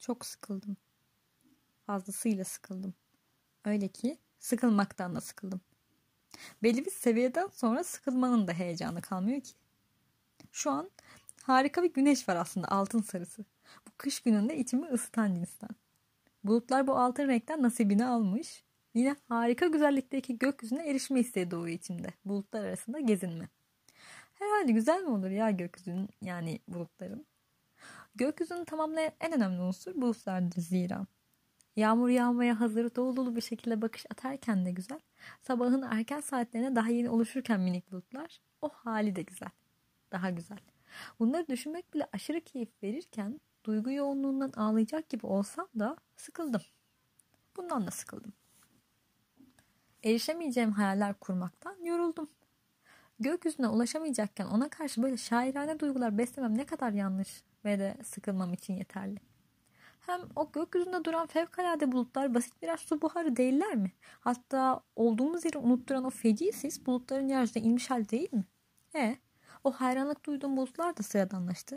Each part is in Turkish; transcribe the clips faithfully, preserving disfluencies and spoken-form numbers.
Çok sıkıldım. Fazlasıyla sıkıldım. Öyle ki sıkılmaktan da sıkıldım. Belli bir seviyeden sonra sıkılmanın da heyecanı kalmıyor ki. Şu an harika bir güneş var aslında, altın sarısı. Bu kış gününde içimi ısıtan cinsten. Bulutlar bu altın renkten nasibini almış. Yine harika güzellikteki gökyüzüne erişme isteği doğuyor içimde. Bulutlar arasında gezinme. Herhalde güzel mi olur ya gökyüzünün, yani bulutların? Gökyüzünü tamamlayan en önemli unsur bulutlardır zira. Yağmur yağmaya hazır dolu dolu bir şekilde bakış atarken de güzel. Sabahın erken saatlerine daha yeni oluşurken minik bulutlar, o hali de güzel. Daha güzel. Bunları düşünmek bile aşırı keyif verirken duygu yoğunluğundan ağlayacak gibi olsam da sıkıldım. Bundan da sıkıldım. Erişemeyeceğim hayaller kurmaktan yoruldum. Gökyüzüne ulaşamayacakken ona karşı böyle şairane duygular beslemem ne kadar yanlış ve de sıkılmam için yeterli. Hem o gökyüzünde duran fevkalade bulutlar basit birer su buharı değiller mi? Hatta olduğumuz yeri unutturan o feci sis bulutların yeryüzüne inmiş hal değil mi? E, o hayranlık duyduğum bulutlar da sıradanlaştı.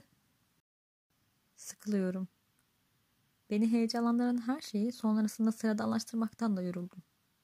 Sıkılıyorum. Beni heyecanlandıran her şeyi sonrasında sıradanlaştırmaktan da yoruldum.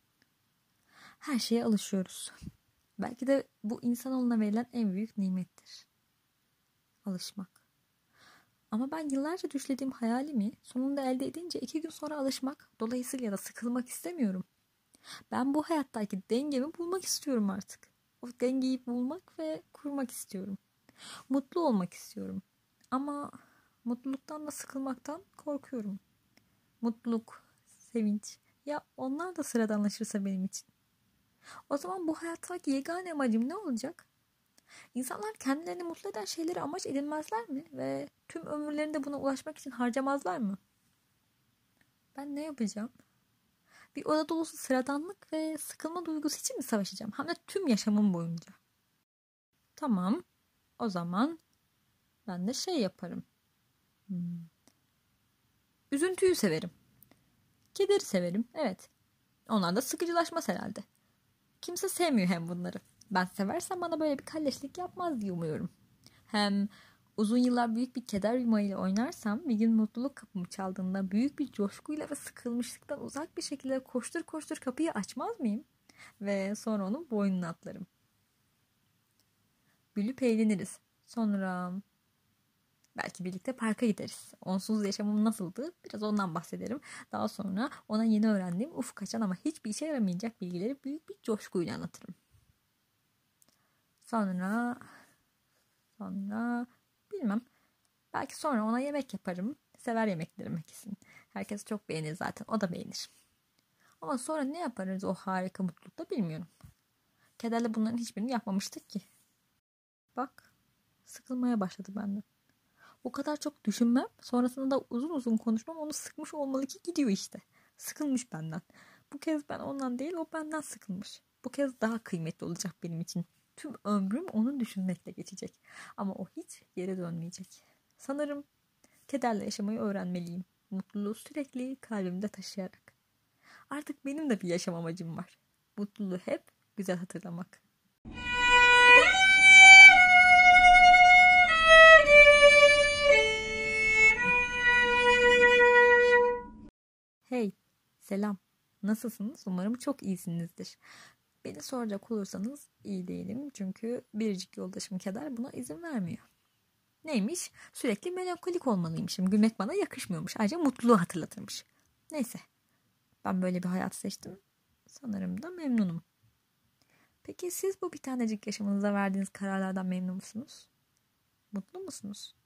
Her şeye alışıyoruz. Belki de bu insanoğluna verilen en büyük nimettir. Alışmak. Ama ben yıllarca düşlediğim hayalimi sonunda elde edince iki gün sonra alışmak, dolayısıyla da sıkılmak istemiyorum. Ben bu hayattaki dengemi bulmak istiyorum artık. O dengeyi bulmak ve kurmak istiyorum. Mutlu olmak istiyorum. Ama mutluluktan da sıkılmaktan korkuyorum. Mutluluk, sevinç, ya onlar da sıradanlaşırsa benim için. O zaman bu hayattaki yegane amacım ne olacak? İnsanlar kendilerini mutlu eden şeyleri amaç edinmezler mi? Ve tüm ömürlerinde buna ulaşmak için harcamazlar mı? Ben ne yapacağım? Bir oda dolusu sıradanlık ve sıkılma duygusu için mi savaşacağım? Hem de tüm yaşamım boyunca. Tamam. O zaman ben de şey yaparım. Hmm. Üzüntüyü severim. Kederi severim. Evet. Onlar da sıkıcılaşmaz herhalde. Kimse sevmiyor hem bunları. Ben seversem bana böyle bir kalleşlik yapmaz diye umuyorum. Hem uzun yıllar büyük bir keder yumağıyla oynarsam bir gün mutluluk kapımı çaldığında büyük bir coşkuyla ve sıkılmışlıktan uzak bir şekilde koştur koştur kapıyı açmaz mıyım? Ve sonra onun boynuna atlarım. Gülüp eğleniriz. Sonra belki birlikte parka gideriz. Onsuz yaşamım nasıldı? Biraz ondan bahsederim. Daha sonra ona yeni öğrendiğim ufuk açan ama hiçbir işe yaramayacak bilgileri büyük bir coşkuyla anlatırım. Sonra sonra bilmem. Belki sonra ona yemek yaparım. Sever yemeklerimi kesin. Herkes çok beğenir zaten. O da beğenir. Ama sonra ne yaparız o harika mutlulukta bilmiyorum. Kederle bunların hiçbirini yapmamıştık ki. Bak, sıkılmaya başladı benden. O kadar çok düşünmem, sonrasında da uzun uzun konuşmam onu sıkmış olmalı ki gidiyor işte. Sıkılmış benden. Bu kez ben ondan değil, o benden sıkılmış. Bu kez daha kıymetli olacak benim için. Tüm ömrüm onu düşünmekle geçecek. Ama o hiç geri dönmeyecek. Sanırım kederle yaşamayı öğrenmeliyim. Mutluluğu sürekli kalbimde taşıyarak. Artık benim de bir yaşam amacım var. Mutluluğu hep güzel hatırlamak. Hey, selam. Nasılsınız? Umarım çok iyisinizdir. Beni soracak olursanız iyi değilim. Çünkü biricik yoldaşım Keder buna izin vermiyor. Neymiş? Sürekli melankolik olmalıymışım. Gülmek bana yakışmıyormuş. Ayrıca mutluluğu hatırlatırmış. Neyse. Ben böyle bir hayat seçtim. Sanırım da memnunum. Peki siz bu bir tanecik yaşamınıza verdiğiniz kararlardan memnun musunuz? Mutlu musunuz?